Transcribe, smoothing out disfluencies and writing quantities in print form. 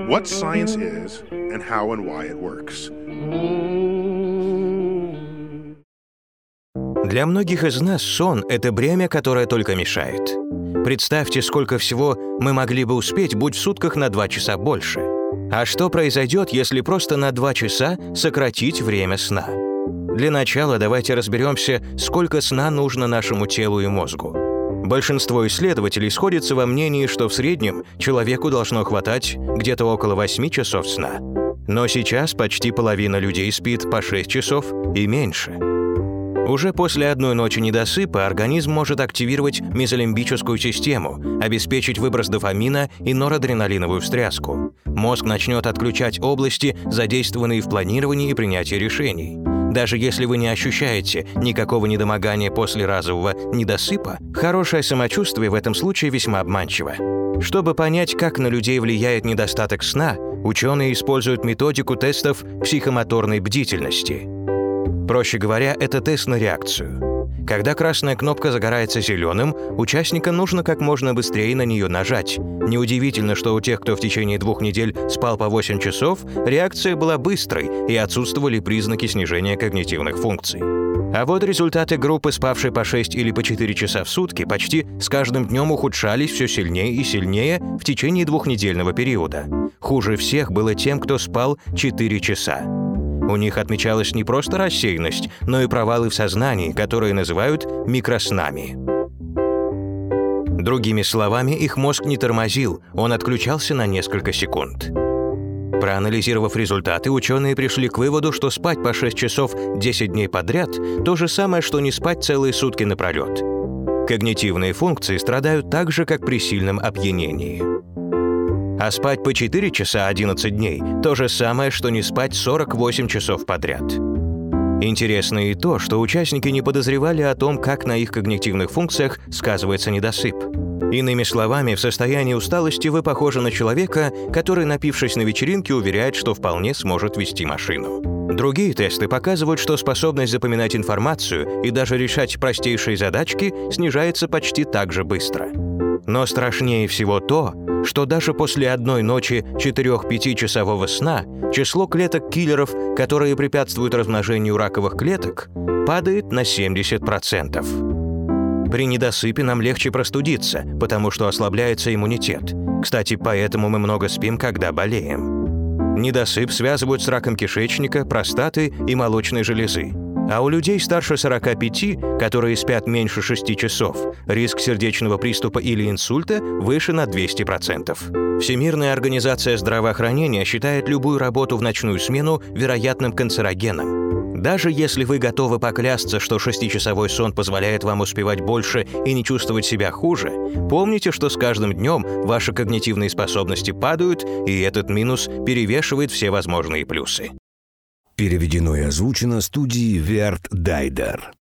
what science is and how and why it works. Для многих из нас сон – это бремя, которое только мешает. Представьте, сколько всего мы могли бы успеть, будь в сутках на 2 часа больше. А что произойдет, если просто на 2 часа сократить время сна? Для начала давайте разберемся, сколько сна нужно нашему телу и мозгу. Большинство исследователей сходятся во мнении, что в среднем человеку должно хватать где-то около 8 часов сна. Но сейчас почти половина людей спит по 6 часов и меньше. Уже после одной ночи недосыпа организм может активировать мезолимбическую систему, обеспечить выброс дофамина и норадреналиновую встряску. Мозг начнет отключать области, задействованные в планировании и принятии решений. Даже если вы не ощущаете никакого недомогания после разового недосыпа, хорошее самочувствие в этом случае весьма обманчиво. Чтобы понять, как на людей влияет недостаток сна, ученые используют методику тестов психомоторной бдительности. Проще говоря, это тест на реакцию. Когда красная кнопка загорается зеленым, участникам нужно как можно быстрее на нее нажать. Неудивительно, что у тех, кто в течение 2 недель спал по 8 часов, реакция была быстрой и отсутствовали признаки снижения когнитивных функций. А вот результаты группы, спавшей по 6 или по 4 часа в сутки, почти с каждым днем ухудшались все сильнее и сильнее в течение 2-недельного периода. Хуже всех было тем, кто спал 4 часа. У них отмечалась не просто рассеянность, но и провалы в сознании, которые называют микроснами. Другими словами, их мозг не тормозил, он отключался на несколько секунд. Проанализировав результаты, ученые пришли к выводу, что спать по 6 часов 10 дней подряд – то же самое, что не спать целые сутки напролет. Когнитивные функции страдают так же, как при сильном опьянении. А спать по 4 часа 11 дней – то же самое, что не спать 48 часов подряд. Интересно и то, что участники не подозревали о том, как на их когнитивных функциях сказывается недосып. Иными словами, в состоянии усталости вы похожи на человека, который, напившись на вечеринке, уверяет, что вполне сможет вести машину. Другие тесты показывают, что способность запоминать информацию и даже решать простейшие задачки снижается почти так же быстро. Но страшнее всего то, что даже после одной ночи 4-5-часового сна число клеток-киллеров, которые препятствуют размножению раковых клеток, падает на 70%. При недосыпе нам легче простудиться, потому что ослабляется иммунитет. Кстати, поэтому мы много спим, когда болеем. Недосып связывают с раком кишечника, простаты и молочной железы. А у людей старше 45, которые спят меньше 6 часов, риск сердечного приступа или инсульта выше на 200%. Всемирная организация здравоохранения считает любую работу в ночную смену вероятным канцерогеном. Даже если вы готовы поклясться, что 6-часовой сон позволяет вам успевать больше и не чувствовать себя хуже, помните, что с каждым днем ваши когнитивные способности падают, и этот минус перевешивает все возможные плюсы. Переведено и озвучено студией Верт Дайдер.